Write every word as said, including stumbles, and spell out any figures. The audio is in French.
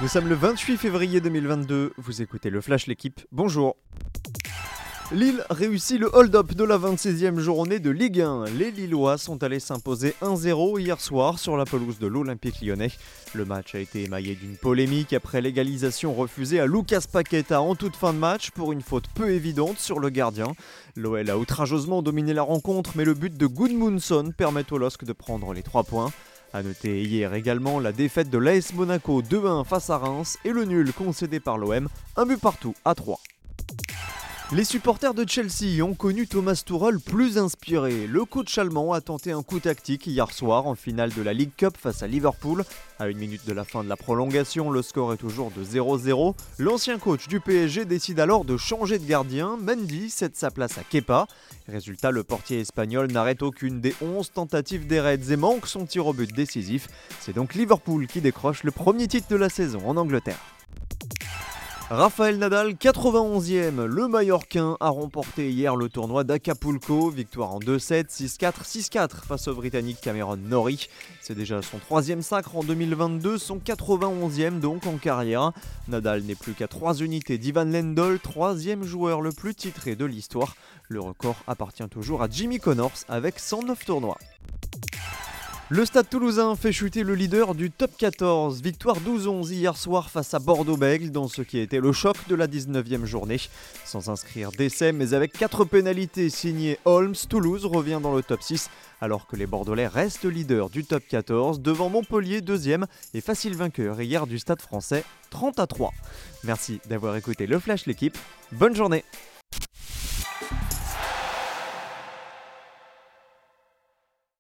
Nous sommes le vingt-huit février deux mille vingt-deux, vous écoutez le Flash L'équipe, bonjour. Lille réussit le hold-up de la vingt-sixième journée de Ligue un. Les Lillois sont allés s'imposer un zéro hier soir sur la pelouse de l'Olympique Lyonnais. Le match a été émaillé d'une polémique après l'égalisation refusée à Lucas Paqueta en toute fin de match pour une faute peu évidente sur le gardien. L'O L a outrageusement dominé la rencontre, mais le but de Gudmundsson permet au L O S C de prendre les trois points. A noter hier également la défaite de l'A S Monaco deux à un face à Reims et le nul concédé par l'O M, un but partout à trois. Les supporters de Chelsea ont connu Thomas Tuchel plus inspiré. Le coach allemand a tenté un coup tactique hier soir en finale de la League Cup face à Liverpool. À une minute de la fin de la prolongation, le score est toujours de zéro zéro. L'ancien coach du P S G décide alors de changer de gardien. Mendy cède sa place à Kepa. Résultat, le portier espagnol n'arrête aucune des onze tentatives des Reds et manque son tir au but décisif. C'est donc Liverpool qui décroche le premier titre de la saison en Angleterre. Rafael Nadal, quatre-vingt-onzième, le Mallorquin a remporté hier le tournoi d'Acapulco, victoire en deux sept, six quatre, six quatre face au Britannique Cameron Norrie. C'est déjà son troisième sacre en deux mille vingt-deux, son quatre-vingt-onzième donc en carrière. Nadal n'est plus qu'à trois unités d'Ivan Lendl, troisième joueur le plus titré de l'histoire. Le record appartient toujours à Jimmy Connors avec cent neuf tournois. Le Stade Toulousain fait chuter le leader du top quatorze, victoire douze onze hier soir face à Bordeaux-Bègles dans ce qui était le choc de la dix-neuvième journée. Sans inscrire d'essai mais avec quatre pénalités signées Holmes, Toulouse revient dans le top six alors que les Bordelais restent leaders du top quatorze devant Montpellier deuxième et facile vainqueur hier du Stade français trente à trois. Merci d'avoir écouté le Flash L'équipe, bonne journée.